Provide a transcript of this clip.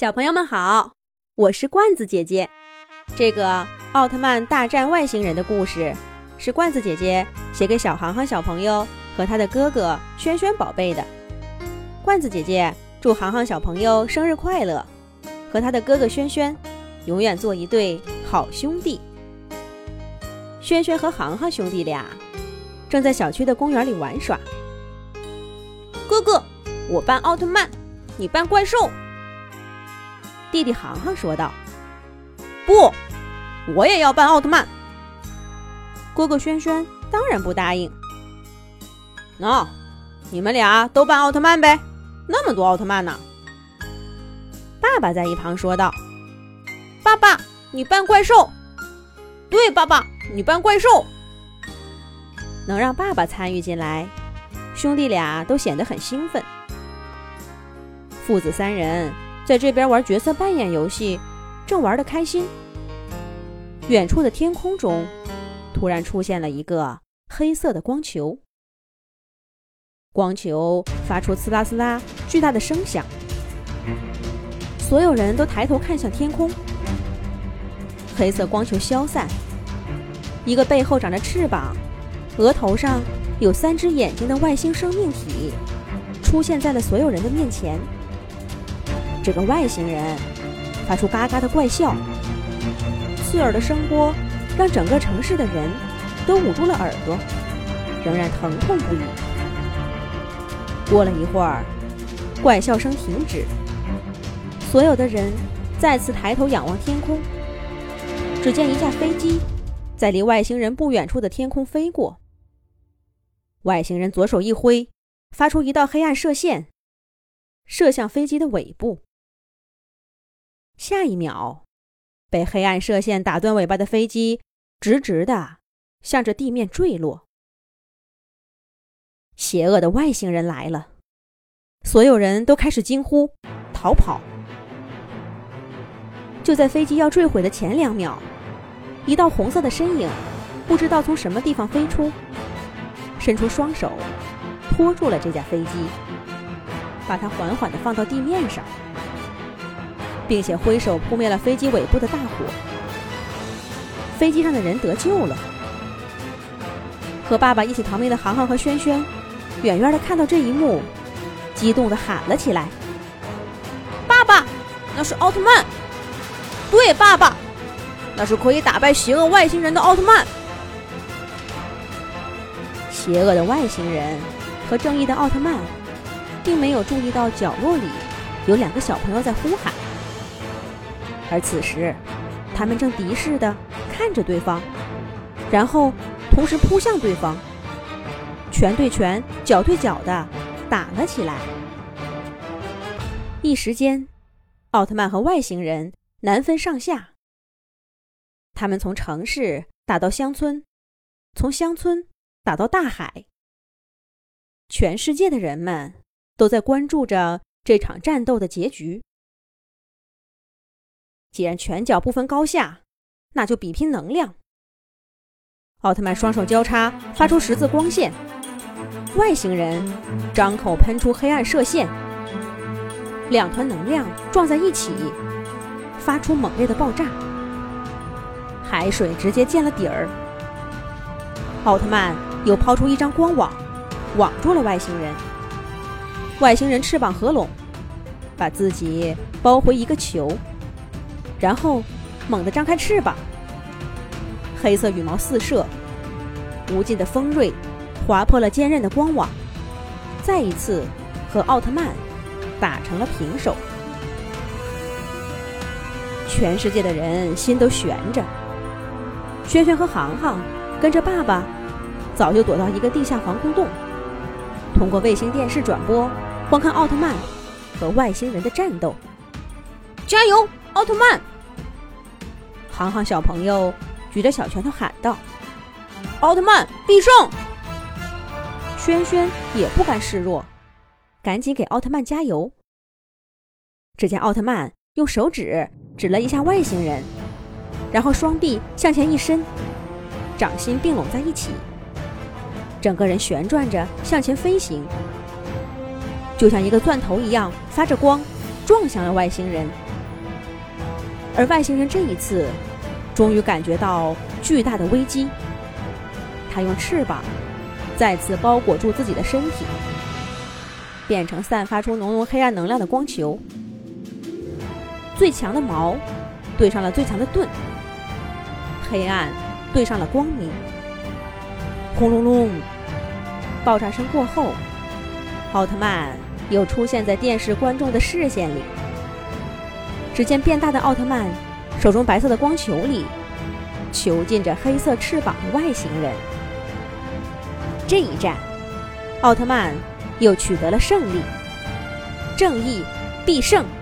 小朋友们好，我是罐子姐姐。这个奥特曼大战外星人的故事是罐子姐姐写给小航航小朋友和他的哥哥轩轩宝贝的。罐子姐姐祝航航小朋友生日快乐，和他的哥哥轩轩永远做一对好兄弟。轩轩和航航兄弟俩正在小区的公园里玩耍。哥哥，我扮奥特曼，你扮怪兽。弟弟航航说道。不，我也要扮奥特曼。哥哥轩轩当然不答应。你们俩都扮奥特曼呗，那么多奥特曼呢。爸爸在一旁说道。爸爸，你扮怪兽。对，爸爸，你扮怪兽。能让爸爸参与进来，兄弟俩都显得很兴奋。父子三人在这边玩角色扮演游戏，正玩得开心。远处的天空中突然出现了一个黑色的光球，光球发出刺啦刺啦巨大的声响，所有人都抬头看向天空。黑色光球消散，一个背后长着翅膀，额头上有3只眼睛的外星生命体出现在了所有人的面前。这个外星人发出嘎嘎的怪笑，刺耳的声波让整个城市的人都捂住了耳朵，仍然疼痛不已。过了一会儿，怪笑声停止，所有的人再次抬头仰望天空。只见一架飞机在离外星人不远处的天空飞过，外星人左手一挥，发出一道黑暗射线，射向飞机的尾部。下一秒，被黑暗射线打断尾巴的飞机直直地向着地面坠落。邪恶的外星人来了，所有人都开始惊呼逃跑。就在飞机要坠毁的前2秒，一道红色的身影不知道从什么地方飞出，伸出双手拖住了这架飞机，把它缓缓地放到地面上，并且挥手扑灭了飞机尾部的大火。飞机上的人得救了。和爸爸一起逃命的航航和轩轩远远地看到这一幕，激动地喊了起来。爸爸，那是奥特曼。对，爸爸，那是可以打败邪恶外星人的奥特曼。邪恶的外星人和正义的奥特曼并没有注意到角落里有2个小朋友在呼喊，而此时他们正敌视地看着对方，然后同时扑向对方，拳对拳，脚对脚地打了起来。一时间，奥特曼和外星人难分上下。他们从城市打到乡村，从乡村打到大海。全世界的人们都在关注着这场战斗的结局。既然拳脚不分高下，那就比拼能量。奥特曼双手交叉，发出十字光线；外星人张口喷出黑暗射线，2团能量撞在一起，发出猛烈的爆炸。海水直接见了底儿。奥特曼又抛出一张光网，网住了外星人。外星人翅膀合拢，把自己包回一个球，然后猛地张开翅膀，黑色羽毛四射，无尽的锋锐划破了坚韧的光网，再一次和奥特曼打成了平手。全世界的人心都悬着。轩轩和航航跟着爸爸早就躲到一个地下防空洞，通过卫星电视转播观看奥特曼和外星人的战斗。加油，奥特曼！航航小朋友举着小拳头喊道。奥特曼必胜！轩轩也不甘示弱，赶紧给奥特曼加油。只见奥特曼用手指指了一下外星人，然后双臂向前一伸，掌心并拢在一起，整个人旋转着向前飞行，就像一个钻头一样发着光，撞向了外星人。 而外星人这一次终于感觉到巨大的危机，他用翅膀再次包裹住自己的身体，变成散发出浓浓黑暗能量的光球。最强的矛对上了最强的盾，黑暗对上了光明。轰隆隆，爆炸声过后，奥特曼又出现在电视观众的视线里。只见变大的奥特曼手中白色的光球里囚禁着黑色翅膀的外星人。这一战，奥特曼又取得了胜利，正义必胜。